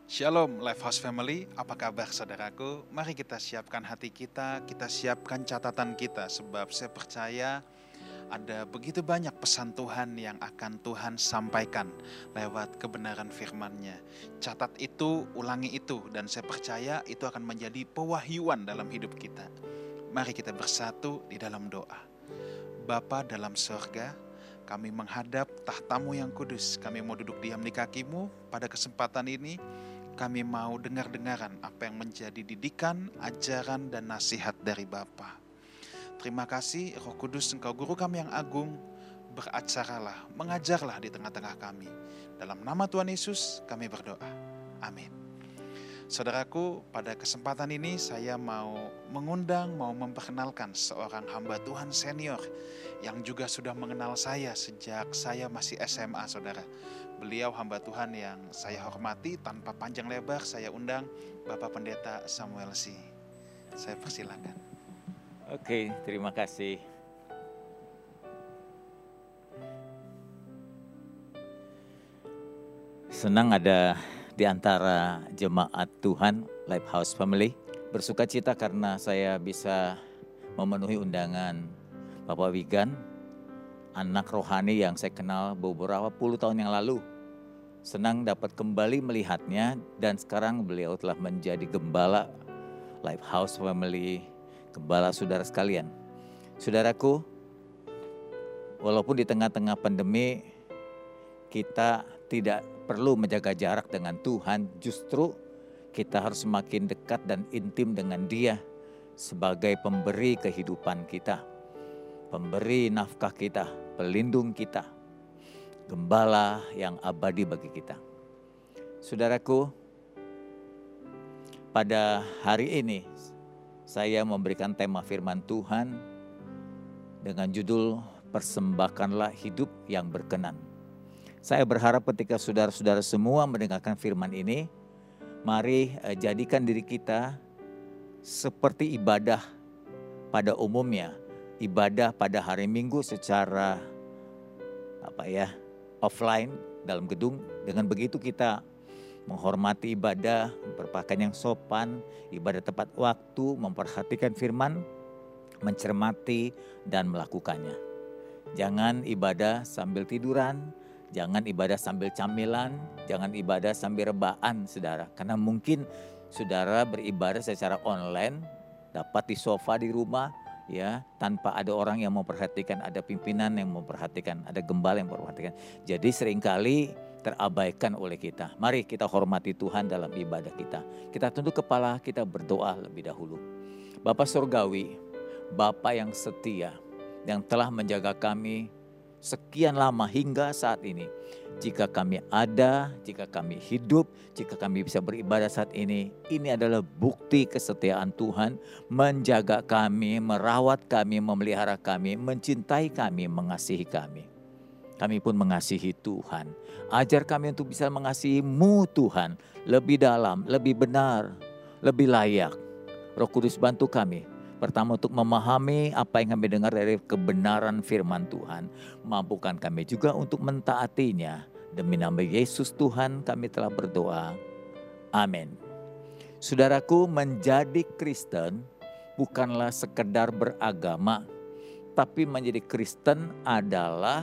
Shalom Lifehouse Family, apa kabar saudaraku? Mari kita siapkan hati kita siapkan catatan kita. Sebab saya percaya ada begitu banyak pesan Tuhan yang akan Tuhan sampaikan lewat kebenaran firman-Nya. Catat itu, ulangi itu, dan saya percaya itu akan menjadi pewahyuan dalam hidup kita. Mari kita bersatu di dalam doa. Bapa dalam sorga, kami menghadap tahta-Mu yang kudus. Kami mau duduk diam di kaki-Mu pada kesempatan ini. Kami mau dengar-dengaran apa yang menjadi didikan, ajaran, dan nasihat dari Bapa. Terima kasih Roh Kudus, Engkau Guru kami yang agung, beracaralah, mengajarlah di tengah-tengah kami. Dalam nama Tuhan Yesus kami berdoa. Amin. Saudaraku, pada kesempatan ini saya mau memperkenalkan seorang hamba Tuhan senior yang juga sudah mengenal saya sejak saya masih SMA, saudara. Beliau hamba Tuhan yang saya hormati. Tanpa panjang lebar saya undang Bapak Pendeta Samuel C. Saya persilakan. Oke, terima kasih. Senang ada di antara jemaat Tuhan Lifehouse Family. Bersukacita karena saya bisa memenuhi undangan Bapak Wigan, anak rohani yang saya kenal beberapa puluh tahun yang lalu. Senang dapat kembali melihatnya dan sekarang beliau telah menjadi gembala Lifehouse Family, gembala saudara sekalian. Saudaraku, walaupun di tengah-tengah pandemi kita tidak perlu menjaga jarak dengan Tuhan, justru kita harus semakin dekat dan intim dengan Dia sebagai pemberi kehidupan kita, pemberi nafkah kita, pelindung kita, gembala yang abadi bagi kita. Saudaraku, pada hari ini saya memberikan tema firman Tuhan dengan judul Persembahkanlah Hidup yang Berkenan. Saya berharap ketika saudara-saudara semua mendengarkan firman ini, mari jadikan diri kita seperti ibadah pada umumnya, ibadah pada hari Minggu secara offline dalam gedung. Dengan begitu kita menghormati ibadah, berpakaian yang sopan, ibadah tepat waktu, memperhatikan firman, mencermati dan melakukannya. Jangan ibadah sambil tiduran, jangan ibadah sambil camilan, jangan ibadah sambil rebahan, saudara. Karena mungkin saudara beribadah secara online, dapat di sofa di rumah, ya, tanpa ada orang yang memperhatikan, ada pimpinan yang memperhatikan, ada gembala yang memperhatikan. Jadi seringkali terabaikan oleh kita. Mari kita hormati Tuhan dalam ibadah kita. Kita tunduk kepala, kita berdoa lebih dahulu. Bapa Surgawi, Bapa yang setia, yang telah menjaga kami sekian lama hingga saat ini. Jika kami ada, jika kami hidup, jika kami bisa beribadah saat ini adalah bukti kesetiaan Tuhan menjaga kami, merawat kami, memelihara kami, mencintai kami, mengasihi kami. Kami pun mengasihi Tuhan. Ajar kami untuk bisa mengasihi-Mu Tuhan lebih dalam, lebih benar, lebih layak. Roh Kudus bantu kami. Pertama untuk memahami apa yang kami dengar dari kebenaran firman Tuhan. Mampukan kami juga untuk mentaatinya. Demi nama Yesus Tuhan kami telah berdoa. Amin. Saudaraku, menjadi Kristen bukanlah sekedar beragama. Tapi menjadi Kristen adalah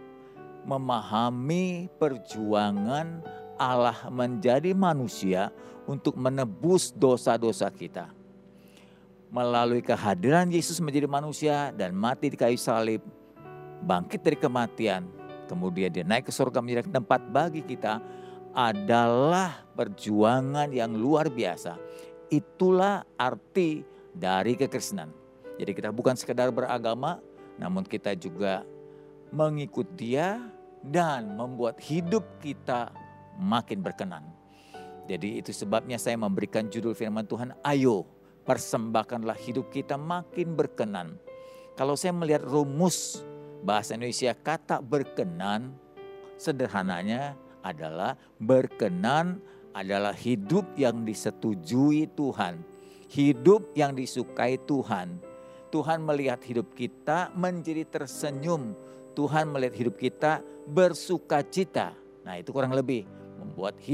memahami perjuangan Allah menjadi manusia untuk menebus dosa-dosa kita. Melalui kehadiran Yesus menjadi manusia dan mati di kayu salib, bangkit dari kematian, kemudian Dia naik ke surga menjadi tempat bagi kita, adalah perjuangan yang luar biasa. Itulah arti dari kekristenan. Jadi kita bukan sekedar beragama, namun kita juga mengikut Dia dan membuat hidup kita makin berkenan. Jadi itu sebabnya saya memberikan judul firman Tuhan, ayo persembahkanlah hidup kita makin berkenan. Kalau saya melihat rumus bahasa Indonesia kata berkenan, sederhananya adalah berkenan adalah hidup yang disetujui Tuhan. Hidup yang disukai Tuhan. Tuhan melihat hidup kita menjadi tersenyum. Tuhan melihat hidup kita bersukacita. Nah itu kurang lebih membuat hidup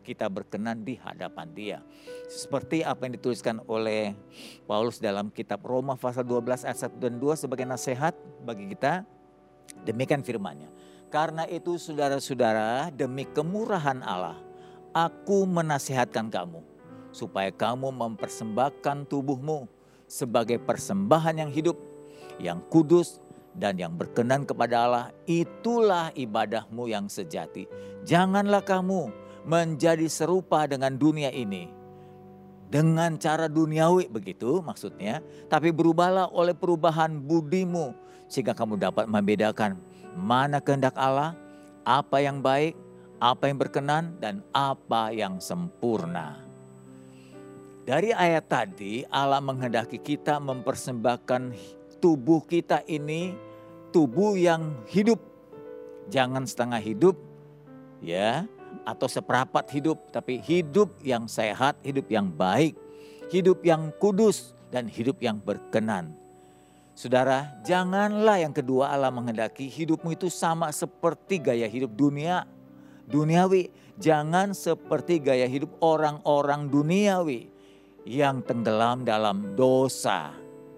kita berkenan di hadapan Dia. Seperti apa yang dituliskan oleh Paulus dalam kitab Roma pasal 12 ayat 1 dan 2 sebagai nasihat bagi kita. Demikian firman-Nya. Karena itu saudara-saudara, demi kemurahan Allah, aku menasihatkan kamu supaya kamu mempersembahkan tubuhmu sebagai persembahan yang hidup, yang kudus dan yang berkenan kepada Allah. Itulah ibadahmu yang sejati. Janganlah kamu menjadi serupa dengan dunia ini dengan cara duniawi, begitu maksudnya, tapi berubahlah oleh perubahan budimu sehingga kamu dapat membedakan mana kehendak Allah, apa yang baik, apa yang berkenan, dan apa yang sempurna. Dari ayat tadi, Allah menghendaki kita mempersembahkan tubuh kita ini, tubuh yang hidup. Jangan setengah hidup, ya, atau seperapat hidup, tapi hidup yang sehat, hidup yang baik, hidup yang kudus, dan hidup yang berkenan. Saudara, janganlah yang kedua, Allah menghendaki hidupmu itu sama seperti gaya hidup duniawi. Jangan seperti gaya hidup orang-orang duniawi yang tenggelam dalam dosa.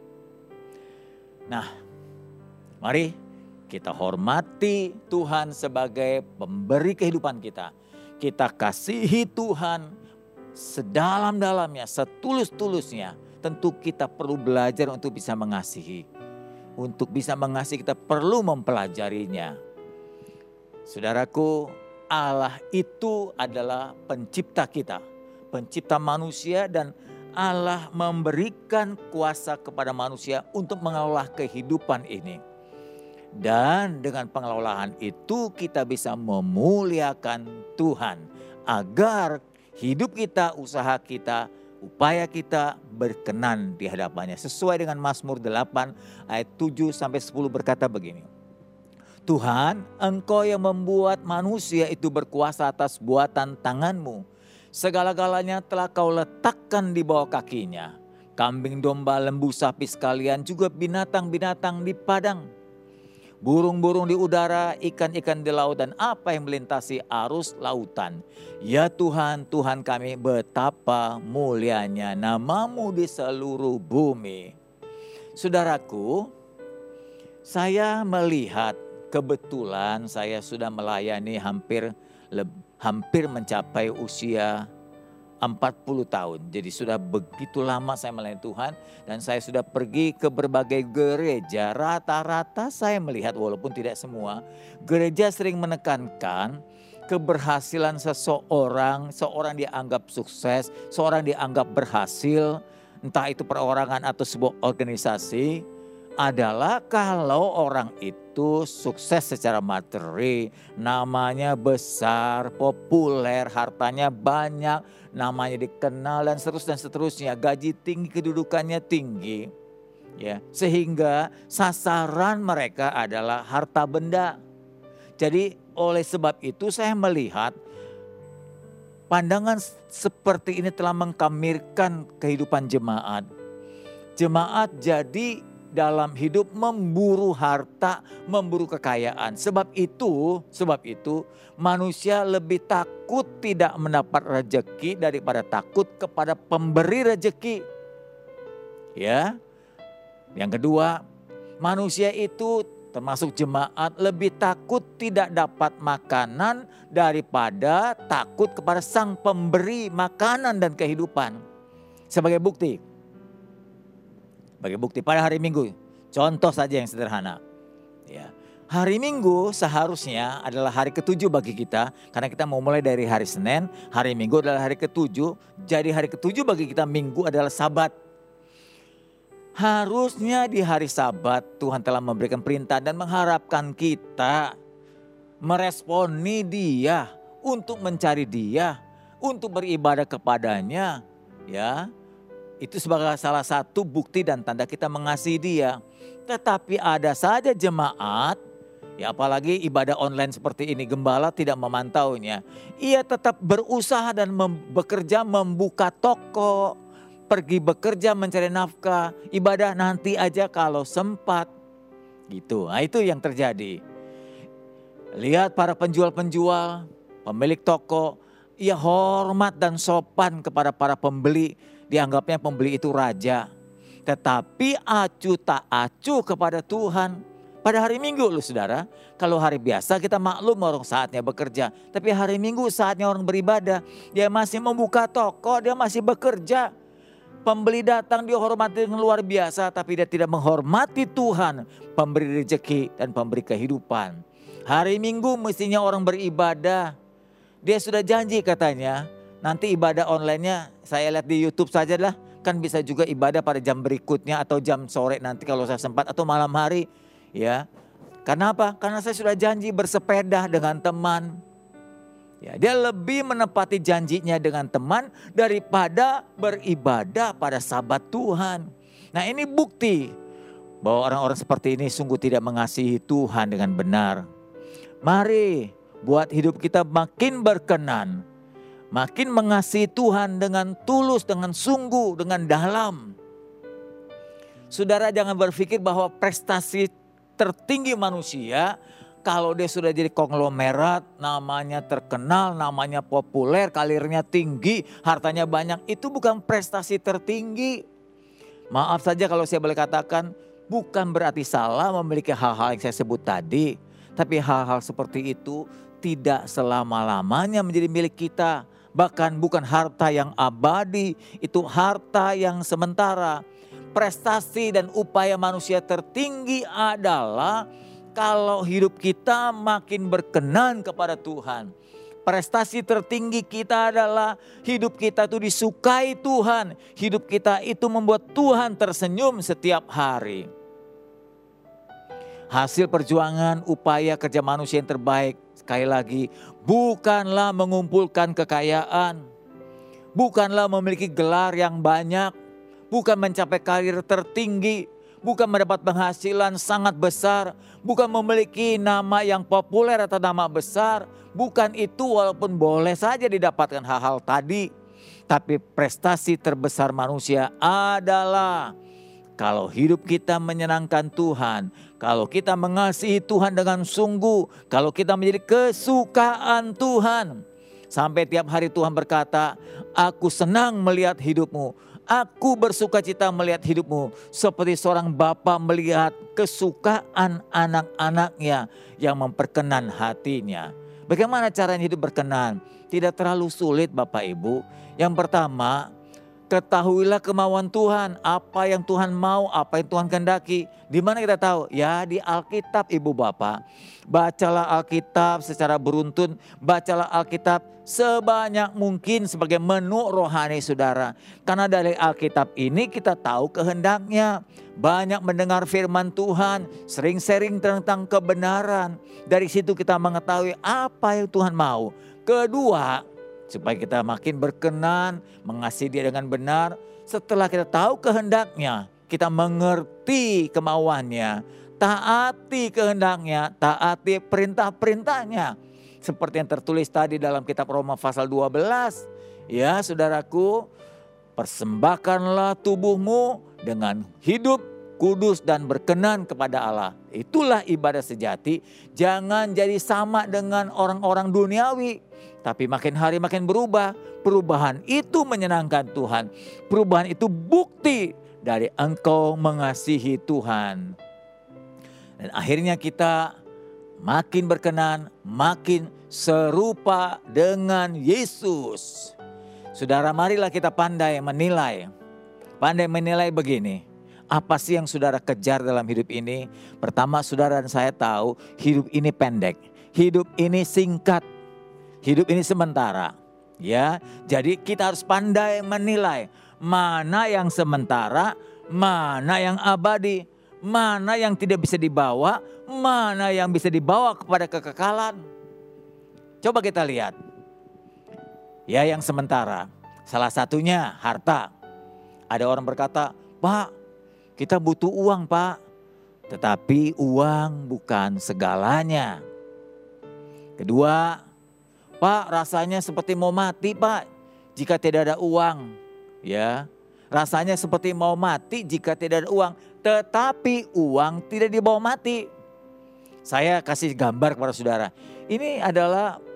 Nah, mari kita hormati Tuhan sebagai pemberi kehidupan kita. Kita kasihi Tuhan sedalam-dalamnya, setulus-tulusnya. Tentu kita perlu belajar untuk bisa mengasihi. Untuk bisa mengasihi kita perlu mempelajarinya. Saudaraku, Allah itu adalah pencipta kita, pencipta manusia, dan Allah memberikan kuasa kepada manusia untuk mengelola kehidupan ini. Dan dengan pengelolaan itu kita bisa memuliakan Tuhan agar hidup kita, usaha kita, upaya kita berkenan di hadapannya. Sesuai dengan Mazmur 8 ayat 7 sampai 10 berkata begini. Tuhan, Engkau yang membuat manusia itu berkuasa atas buatan tanganmu. Segala-galanya telah Kau letakkan di bawah kakinya. Kambing, domba, lembu, sapi sekalian, juga binatang-binatang di padang. Burung-burung di udara, ikan-ikan di laut, dan apa yang melintasi arus lautan. Ya Tuhan, Tuhan kami, betapa mulianya nama-Mu di seluruh bumi. Saudaraku, saya melihat kebetulan saya sudah melayani hampir mencapai usia 40 tahun. Jadi sudah begitu lama saya melayani Tuhan dan saya sudah pergi ke berbagai gereja. Rata-rata saya melihat, walaupun tidak semua, gereja sering menekankan keberhasilan seorang dianggap sukses, seorang dianggap berhasil, entah itu perorangan atau sebuah organisasi, adalah kalau orang itu sukses secara materi, namanya besar, populer, hartanya banyak, namanya dikenal dan seterusnya, gaji tinggi, kedudukannya tinggi, ya, sehingga sasaran mereka adalah harta benda. Jadi oleh sebab itu saya melihat pandangan seperti ini telah mengkamirkan kehidupan jemaat. Jemaat jadi dalam hidup memburu harta, memburu kekayaan. Sebab itu manusia lebih takut tidak mendapat rejeki daripada takut kepada pemberi rejeki. Ya. Yang kedua, manusia itu termasuk jemaat lebih takut tidak dapat makanan daripada takut kepada sang pemberi makanan dan kehidupan. Sebagai bukti pada hari Minggu, contoh saja yang sederhana. Ya, hari Minggu seharusnya adalah hari ketujuh bagi kita, karena kita mau mulai dari hari Senin, hari Minggu adalah hari ketujuh. Jadi hari ketujuh bagi kita Minggu adalah Sabat. Harusnya di hari Sabat Tuhan telah memberikan perintah dan mengharapkan kita meresponi Dia, untuk mencari Dia, untuk beribadah kepadanya, ya. Itu sebagai salah satu bukti dan tanda kita mengasihi Dia. Tetapi ada saja jemaat, ya apalagi ibadah online seperti ini, gembala tidak memantaunya. Ia tetap berusaha dan bekerja membuka toko, pergi bekerja mencari nafkah, ibadah nanti aja kalau sempat. Gitu. Nah, itu yang terjadi. Lihat para penjual-penjual, pemilik toko, Ia hormat dan sopan kepada para pembeli. Dianggapnya pembeli itu raja. Tetapi acuh tak acuh kepada Tuhan. Pada hari Minggu loh saudara. Kalau hari biasa kita maklum orang saatnya bekerja. Tapi hari Minggu saatnya orang beribadah. Dia masih membuka toko, dia masih bekerja. Pembeli datang dihormati dengan luar biasa. Tapi dia tidak menghormati Tuhan. Pemberi rezeki dan pemberi kehidupan. Hari Minggu mestinya orang beribadah. Dia sudah janji katanya, nanti ibadah online-nya saya lihat di YouTube saja lah. Kan bisa juga ibadah pada jam berikutnya atau jam sore nanti kalau saya sempat atau malam hari. Ya, karena apa? Karena saya sudah janji bersepeda dengan teman. Ya, dia lebih menepati janjinya dengan teman daripada beribadah pada Sabat Tuhan. Nah ini bukti bahwa orang-orang seperti ini sungguh tidak mengasihi Tuhan dengan benar. Mari buat hidup kita makin berkenan, makin mengasihi Tuhan dengan tulus, dengan sungguh, dengan dalam. Saudara jangan berpikir bahwa prestasi tertinggi manusia, kalau dia sudah jadi konglomerat, namanya terkenal, namanya populer, karirnya tinggi, hartanya banyak, itu bukan prestasi tertinggi. Maaf saja kalau saya boleh katakan, bukan berarti salah memiliki hal-hal yang saya sebut tadi. Tapi hal-hal seperti itu tidak selama-lamanya menjadi milik kita. Bahkan bukan harta yang abadi, itu harta yang sementara. Prestasi dan upaya manusia tertinggi adalah kalau hidup kita makin berkenan kepada Tuhan. Prestasi tertinggi kita adalah hidup kita itu disukai Tuhan. Hidup kita itu membuat Tuhan tersenyum setiap hari. Hasil perjuangan upaya kerja manusia yang terbaik, sekali lagi, bukanlah mengumpulkan kekayaan, bukanlah memiliki gelar yang banyak, bukan mencapai karir tertinggi, bukan mendapat penghasilan sangat besar, bukan memiliki nama yang populer atau nama besar, bukan itu walaupun boleh saja didapatkan hal-hal tadi. Tapi prestasi terbesar manusia adalah kalau hidup kita menyenangkan Tuhan, kalau kita mengasihi Tuhan dengan sungguh, kalau kita menjadi kesukaan Tuhan. Sampai tiap hari Tuhan berkata, aku senang melihat hidupmu, aku bersuka cita melihat hidupmu. Seperti seorang bapa melihat kesukaan anak-anaknya yang memperkenan hatinya. Bagaimana caranya hidup berkenan? Tidak terlalu sulit Bapak Ibu. Yang pertama, ketahuilah kemauan Tuhan, apa yang Tuhan mau, apa yang Tuhan kehendaki. Di mana kita tahu? Ya di Alkitab Ibu Bapak. Bacalah Alkitab secara beruntun, bacalah Alkitab sebanyak mungkin sebagai menu rohani saudara. Karena dari Alkitab ini kita tahu kehendaknya. Banyak mendengar firman Tuhan, sering sharing tentang kebenaran. Dari situ kita mengetahui apa yang Tuhan mau. Kedua, supaya kita makin berkenan, mengasihi Dia dengan benar. Setelah kita tahu kehendaknya, kita mengerti kemauannya, taati kehendaknya, taati perintah-perintahnya. Seperti yang tertulis tadi dalam kitab Roma pasal 12. Ya saudaraku, persembahkanlah tubuhmu dengan hidup kudus dan berkenan kepada Allah. Itulah ibadah sejati. Jangan jadi sama dengan orang-orang duniawi. Tapi makin hari makin berubah. Perubahan itu menyenangkan Tuhan. Perubahan itu bukti dari engkau mengasihi Tuhan. Dan akhirnya kita makin berkenan, makin serupa dengan Yesus. Saudara, marilah kita pandai menilai. Pandai menilai begini. Apa sih yang saudara kejar dalam hidup ini? Pertama, saudara dan saya tahu hidup ini pendek. Hidup ini singkat. Hidup ini sementara. Ya, jadi kita harus pandai menilai mana yang sementara, mana yang abadi, mana yang tidak bisa dibawa, mana yang bisa dibawa kepada kekekalan. Coba kita lihat. Ya, yang sementara. Salah satunya harta. Ada orang berkata, "Pak, kita butuh uang, Pak." Tetapi uang bukan segalanya. Kedua, "Pak, rasanya seperti mau mati, Pak, jika tidak ada uang." Ya, rasanya seperti mau mati jika tidak ada uang. Tetapi uang tidak dibawa mati. Saya kasih gambar kepada saudara. Ini adalah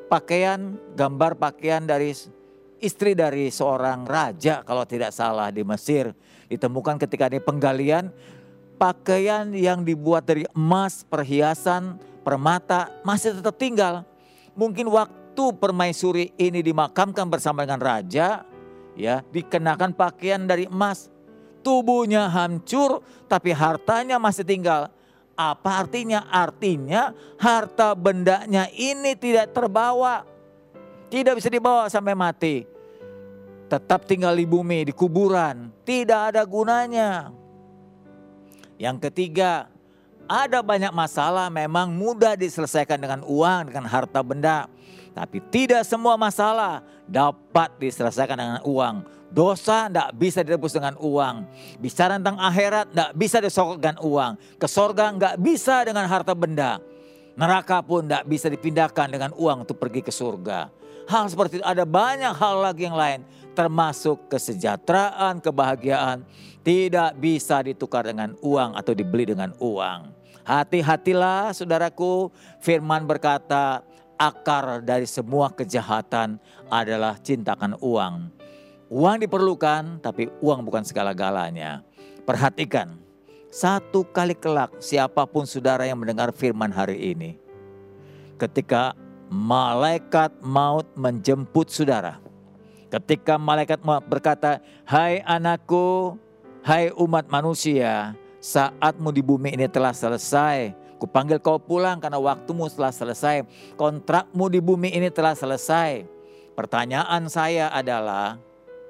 pakaian, gambar pakaian dari istri dari seorang raja kalau tidak salah di Mesir. Ditemukan ketika di penggalian, pakaian yang dibuat dari emas, perhiasan, permata masih tetap tinggal. Mungkin waktu permaisuri ini dimakamkan bersama dengan raja, ya, dikenakan pakaian dari emas. Tubuhnya hancur tapi hartanya masih tinggal. Apa artinya? Artinya harta bendanya ini tidak terbawa. Tidak bisa dibawa sampai mati. Tetap tinggal di bumi, di kuburan. Tidak ada gunanya. Yang ketiga, ada banyak masalah memang mudah diselesaikan dengan uang, dengan harta benda. Tapi tidak semua masalah dapat diselesaikan dengan uang. Dosa tidak bisa ditebus dengan uang. Bicara tentang akhirat tidak bisa disokokkan uang. Ke sorga tidak bisa dengan harta benda. Neraka pun tidak bisa dipindahkan dengan uang untuk pergi ke surga. Hal seperti itu ada banyak hal lagi yang lain. Termasuk kesejahteraan, kebahagiaan. Tidak bisa ditukar dengan uang atau dibeli dengan uang. Hati-hatilah saudaraku, firman berkata akar dari semua kejahatan adalah cintakan uang. Uang diperlukan tapi uang bukan segala-galanya. Perhatikan, satu kali kelak siapapun saudara yang mendengar firman hari ini. Ketika malaikat maut menjemput saudara. Ketika malaikat maut berkata, hai anakku, hai umat manusia, saatmu di bumi ini telah selesai. Kupanggil kau pulang karena waktumu telah selesai. Kontrakmu di bumi ini telah selesai. Pertanyaan saya adalah,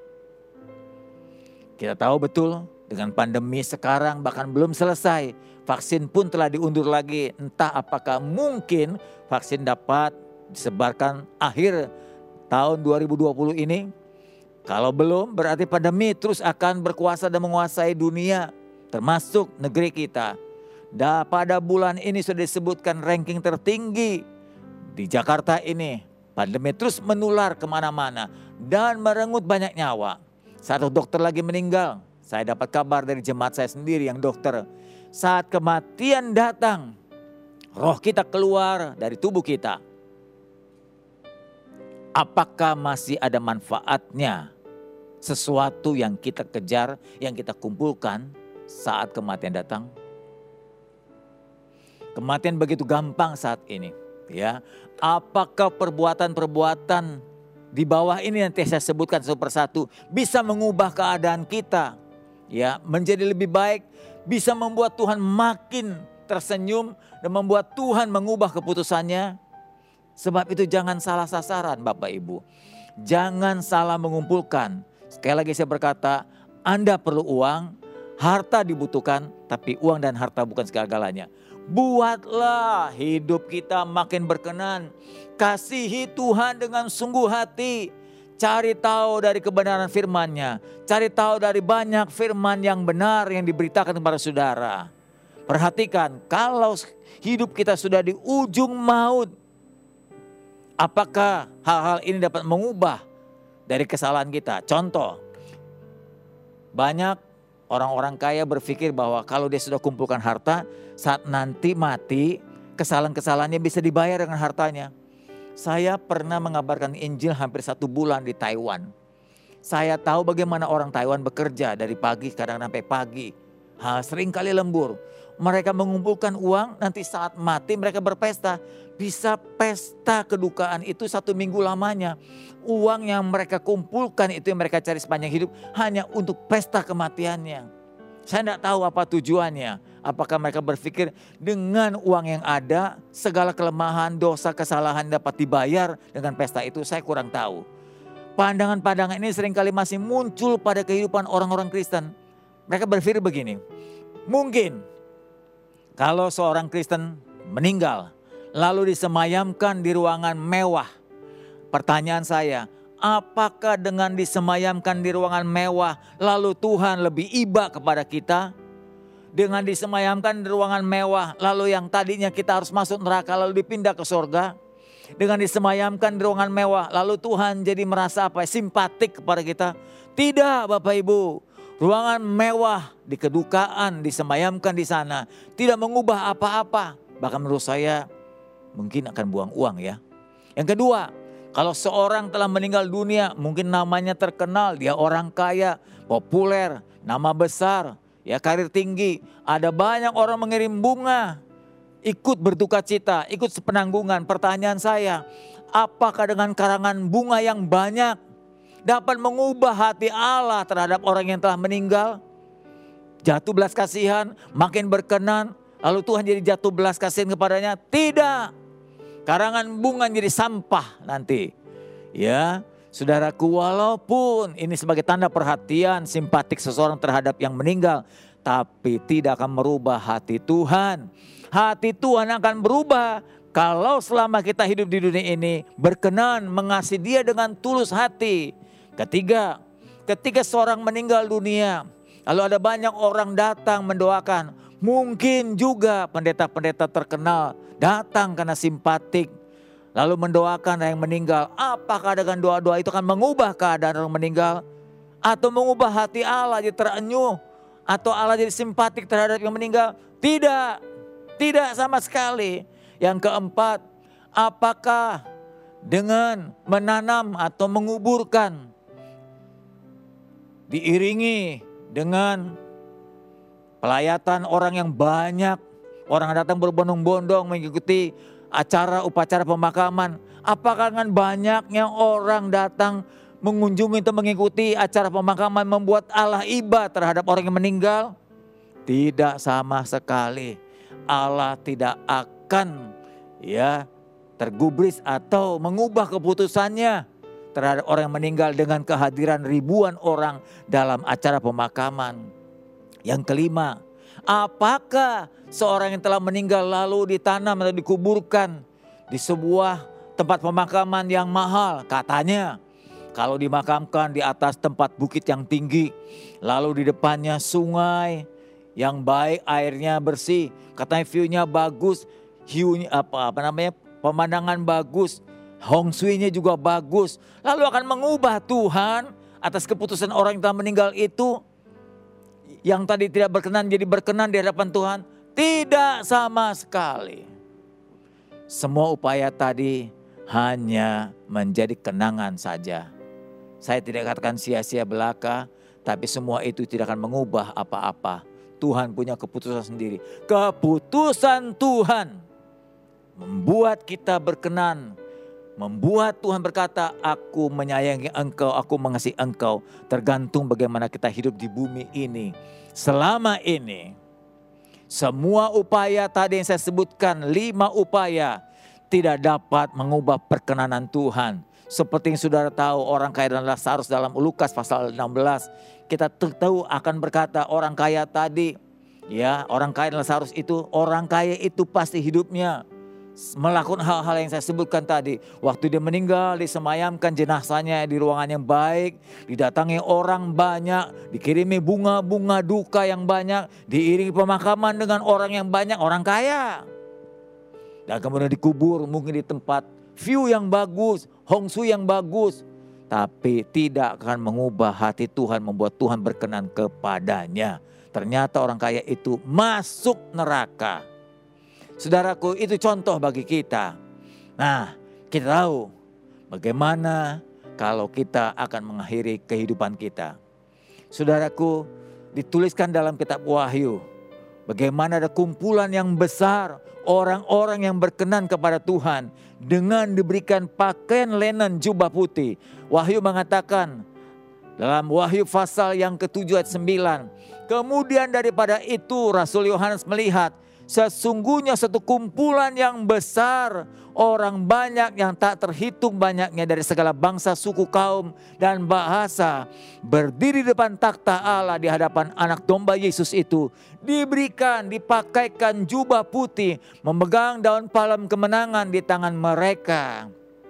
kita tahu betul dengan pandemi sekarang bahkan belum selesai. Vaksin pun telah diundur lagi. Entah apakah mungkin vaksin dapat disebarkan akhir tahun 2020 ini. Kalau belum berarti pandemi terus akan berkuasa dan menguasai dunia. Termasuk negeri kita. Dan pada bulan ini sudah disebutkan ranking tertinggi di Jakarta ini. Pandemi terus menular kemana-mana dan merenggut banyak nyawa. Satu dokter lagi meninggal. Saya dapat kabar dari jemaat saya sendiri yang dokter. Saat kematian datang, roh kita keluar dari tubuh kita. Apakah masih ada manfaatnya sesuatu yang kita kejar, yang kita kumpulkan saat kematian datang? Kematian begitu gampang saat ini, ya. Apakah perbuatan-perbuatan di bawah ini yang saya sebutkan satu persatu bisa mengubah keadaan kita, ya, menjadi lebih baik, bisa membuat Tuhan makin tersenyum dan membuat Tuhan mengubah keputusannya. Sebab itu jangan salah sasaran Bapak Ibu. Jangan salah mengumpulkan. Sekali lagi saya berkata, Anda perlu uang, harta dibutuhkan, tapi uang dan harta bukan segala-galanya. Buatlah hidup kita makin berkenan. Kasihi Tuhan dengan sungguh hati. Cari tahu dari kebenaran firman-Nya. Cari tahu dari banyak firman yang benar yang diberitakan kepada saudara. Perhatikan, kalau hidup kita sudah di ujung maut, apakah hal-hal ini dapat mengubah dari kesalahan kita? Contoh, banyak orang-orang kaya berpikir bahwa kalau dia sudah kumpulkan harta, saat nanti mati, kesalahan-kesalahannya bisa dibayar dengan hartanya. Saya pernah mengabarkan Injil hampir 1 bulan di Taiwan. Saya tahu bagaimana orang Taiwan bekerja dari pagi, kadang sampai pagi. Sering kali lembur. Mereka mengumpulkan uang, nanti saat mati mereka berpesta. Bisa pesta kedukaan itu 1 minggu lamanya. Uang yang mereka kumpulkan itu yang mereka cari sepanjang hidup hanya untuk pesta kematiannya. Saya tidak tahu apa tujuannya. Apakah mereka berpikir dengan uang yang ada segala kelemahan, dosa, kesalahan dapat dibayar dengan pesta itu? Saya kurang tahu. Pandangan-pandangan ini seringkali masih muncul pada kehidupan orang-orang Kristen. Mereka berpikir begini, mungkin kalau seorang Kristen meninggal lalu disemayamkan di ruangan mewah. Pertanyaan saya, apakah dengan disemayamkan di ruangan mewah lalu Tuhan lebih iba kepada kita? Dengan disemayamkan di ruangan mewah lalu yang tadinya kita harus masuk neraka lalu dipindah ke surga? Dengan disemayamkan di ruangan mewah lalu Tuhan jadi merasa simpatik kepada kita? Tidak Bapak Ibu. Ruangan mewah di kedukaan disemayamkan di sana tidak mengubah apa-apa. Bahkan menurut saya mungkin akan buang uang ya. Yang kedua, kalau seorang telah meninggal dunia, mungkin namanya terkenal, dia orang kaya, populer, nama besar, ya karir tinggi. Ada banyak orang mengirim bunga, ikut berduka cita, ikut sepenanggungan. Pertanyaan saya, apakah dengan karangan bunga yang banyak dapat mengubah hati Allah terhadap orang yang telah meninggal? Jatuh belas kasihan, makin berkenan, lalu Tuhan jadi jatuh belas kasihan kepadanya? Tidak. Karangan bunga jadi sampah nanti. Ya, saudaraku, walaupun ini sebagai tanda perhatian, simpatik seseorang terhadap yang meninggal, tapi tidak akan merubah hati Tuhan. Hati Tuhan akan berubah kalau selama kita hidup di dunia ini berkenan mengasihi Dia dengan tulus hati. Ketiga, ketika seorang meninggal dunia, lalu ada banyak orang datang mendoakan. Mungkin juga pendeta-pendeta terkenal datang karena simpatik, lalu mendoakan yang meninggal. Apakah dengan doa-doa itu akan mengubah keadaan orang meninggal? Atau mengubah hati Allah jadi terenyuh? Atau Allah jadi simpatik terhadap yang meninggal? Tidak, tidak sama sekali. Yang keempat, apakah dengan menanam atau menguburkan diiringi dengan pelayatan orang yang banyak, orang datang berbondong-bondong mengikuti acara upacara pemakaman. Apakah dengan banyaknya orang datang mengunjungi atau mengikuti acara pemakaman membuat Allah iba terhadap orang yang meninggal? Tidak sama sekali. Allah tidak akan tergubris atau mengubah keputusannya terhadap orang yang meninggal dengan kehadiran ribuan orang dalam acara pemakaman. Yang kelima, apakah seorang yang telah meninggal lalu ditanam atau dikuburkan di sebuah tempat pemakaman yang mahal? Katanya kalau dimakamkan di atas tempat bukit yang tinggi, lalu di depannya sungai yang baik, airnya bersih, katanya view-nya bagus, pemandangan bagus, hong shui-nya juga bagus, lalu akan mengubah Tuhan atas keputusan orang yang telah meninggal itu, yang tadi tidak berkenan jadi berkenan di hadapan Tuhan? Tidak sama sekali. Semua upaya tadi hanya menjadi kenangan saja. Saya tidak katakan sia-sia belaka, tapi semua itu tidak akan mengubah apa-apa. Tuhan punya keputusan sendiri. Keputusan Tuhan membuat kita berkenan, membuat Tuhan berkata, aku menyayangi engkau, aku mengasihi engkau. Tergantung bagaimana kita hidup di bumi ini. Selama ini, semua upaya tadi yang saya sebutkan, 5 upaya, tidak dapat mengubah perkenanan Tuhan. Seperti yang saudara tahu, orang kaya dan Lazarus dalam Lukas pasal 16. Kita tahu akan berkata orang kaya tadi, orang kaya dan Lazarus itu, orang kaya itu pasti hidupnya melakukan hal-hal yang saya sebutkan tadi. Waktu dia meninggal, disemayamkan jenazahnya di ruangan yang baik, didatangi orang banyak, dikirimi bunga-bunga duka yang banyak, diiringi pemakaman dengan orang yang banyak, orang kaya. Dan kemudian dikubur mungkin di tempat view yang bagus, hong shui yang bagus. Tapi tidak akan mengubah hati Tuhan, membuat Tuhan berkenan kepadanya. Ternyata orang kaya itu masuk neraka. Saudaraku, itu contoh bagi kita. Nah, kita tahu bagaimana kalau kita akan mengakhiri kehidupan kita. Saudaraku, dituliskan dalam kitab Wahyu, bagaimana ada kumpulan yang besar, orang-orang yang berkenan kepada Tuhan dengan diberikan pakaian linen jubah putih. Wahyu mengatakan dalam Wahyu pasal yang ke-7 ayat 9, kemudian daripada itu Rasul Yohanes melihat, sesungguhnya satu kumpulan yang besar, orang banyak yang tak terhitung banyaknya dari segala bangsa, suku, kaum, dan bahasa, berdiri di depan takhta Allah di hadapan anak domba Yesus itu, dipakaikan jubah putih, memegang daun palem kemenangan di tangan mereka.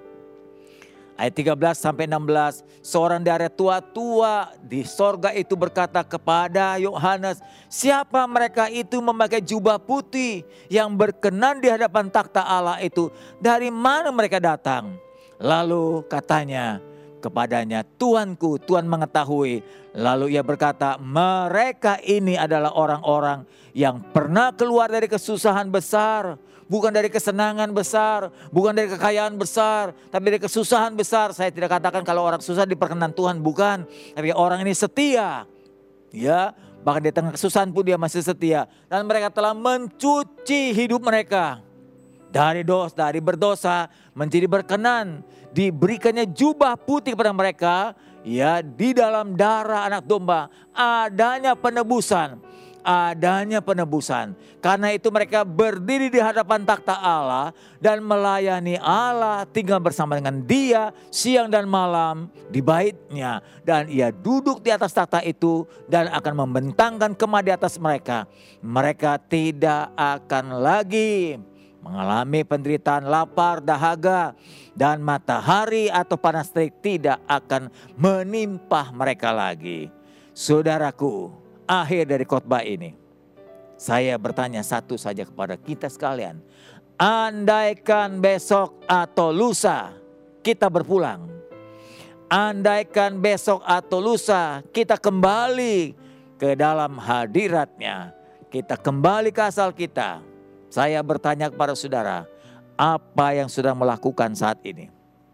Ayat 13-16, seorang dari tua-tua di sorga itu berkata kepada Yohanes, siapa mereka itu memakai jubah putih yang berkenan di hadapan takhta Allah itu? Dari mana mereka datang? Lalu katanya, kepadanya, "Tuanku, Tuhan mengetahui." Lalu ia berkata, "Mereka ini adalah orang-orang yang pernah keluar dari kesusahan besar. Bukan dari kesenangan besar, bukan dari kekayaan besar, tapi dari kesusahan besar." Saya tidak katakan kalau orang susah diperkenan Tuhan, bukan. Tapi orang ini setia. Ya, bahkan di tengah kesusahan pun dia masih setia. Dan mereka telah mencuci hidup mereka dari berdosa menjadi berkenan. Diberikannya jubah putih kepada mereka, ya, di dalam darah anak domba adanya penebusan. Karena itu mereka berdiri di hadapan takhta Allah dan melayani Allah, tinggal bersama dengan Dia siang dan malam di baitnya. Dan Ia duduk di atas takhta itu dan akan membentangkan kemah di atas mereka. Mereka tidak akan lagi mengalami penderitaan lapar, dahaga, dan matahari atau panas terik tidak akan menimpa mereka lagi. Saudaraku, akhir dari khotbah ini, saya bertanya satu saja kepada kita sekalian. Andaikan besok atau lusa kita berpulang. Andaikan besok atau lusa kita kembali ke dalam hadirat-Nya. Kita kembali ke asal kita. Saya bertanya kepada saudara, apa yang sudah melakukan saat ini?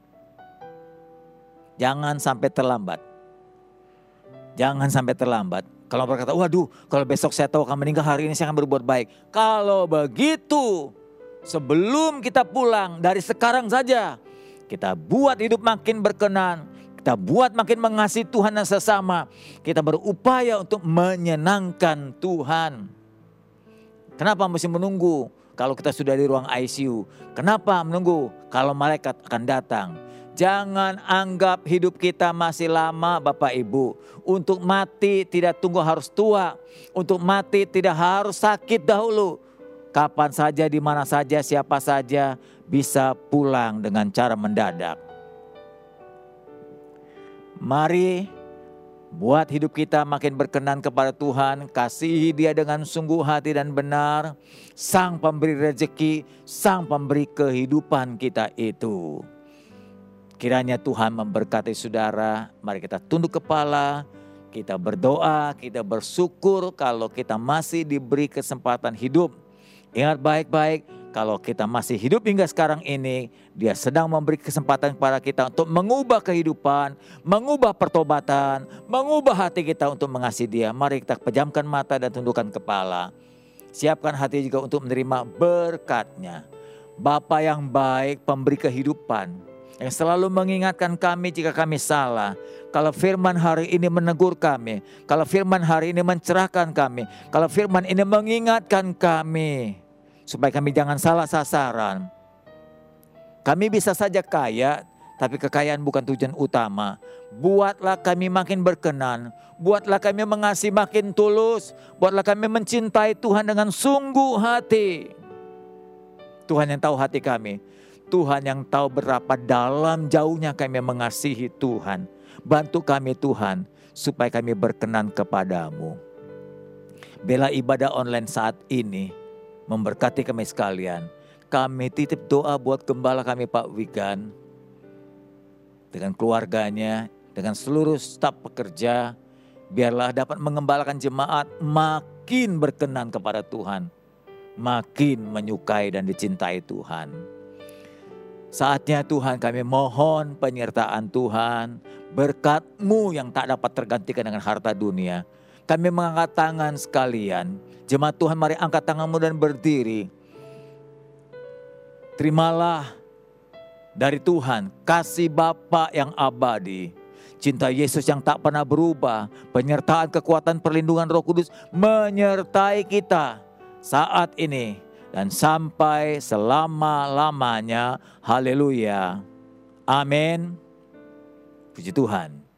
Jangan sampai terlambat. Jangan sampai terlambat. Kalau berkata, waduh, kalau besok saya tahu akan meninggal, hari ini saya akan berbuat baik. Kalau begitu, sebelum kita pulang, dari sekarang saja, kita buat hidup makin berkenan. Kita buat makin mengasihi Tuhan dan sesama. Kita berupaya untuk menyenangkan Tuhan. Kenapa mesti menunggu kalau kita sudah di ruang ICU? Kenapa menunggu kalau malaikat akan datang? Jangan anggap hidup kita masih lama, Bapak Ibu. Untuk mati tidak tunggu harus tua. Untuk mati tidak harus sakit dahulu. Kapan saja, di mana saja, siapa saja bisa pulang dengan cara mendadak. Mari buat hidup kita makin berkenan kepada Tuhan. Kasihi Dia dengan sungguh hati dan benar. Sang pemberi rezeki, Sang pemberi kehidupan kita itu. Kiranya Tuhan memberkati saudara. Mari kita tunduk kepala, kita berdoa, kita bersyukur kalau kita masih diberi kesempatan hidup. Ingat baik-baik, kalau kita masih hidup hingga sekarang ini, Dia sedang memberi kesempatan kepada kita untuk mengubah kehidupan, mengubah pertobatan, mengubah hati kita untuk mengasihi Dia. Mari kita pejamkan mata dan tundukkan kepala. Siapkan hati juga untuk menerima berkat-Nya. Bapa yang baik, pemberi kehidupan, yang selalu mengingatkan kami jika kami salah. Kalau firman hari ini menegur kami, kalau firman hari ini mencerahkan kami, kalau firman ini mengingatkan kami, supaya kami jangan salah sasaran. Kami bisa saja kaya, tapi kekayaan bukan tujuan utama. Buatlah kami makin berkenan, buatlah kami mengasihi makin tulus, buatlah kami mencintai Tuhan dengan sungguh hati. Tuhan yang tahu hati kami. Tuhan yang tahu berapa dalam jauhnya kami mengasihi Tuhan. Bantu kami Tuhan, supaya kami berkenan kepadamu. Bela ibadah online saat ini memberkati kami sekalian. Kami titip doa buat gembala kami Pak Wigan, dengan keluarganya, dengan seluruh staf pekerja. Biarlah dapat mengembalakan jemaat makin berkenan kepada Tuhan. Makin menyukai dan dicintai Tuhan. Saatnya Tuhan kami mohon penyertaan Tuhan, berkat-Mu yang tak dapat tergantikan dengan harta dunia. Kami mengangkat tangan sekalian. Jemaat Tuhan, mari angkat tanganmu dan berdiri. Terimalah dari Tuhan kasih Bapa yang abadi, cinta Yesus yang tak pernah berubah, penyertaan kekuatan perlindungan Roh Kudus menyertai kita saat ini dan sampai selama-lamanya. Haleluya. Amin. Puji Tuhan.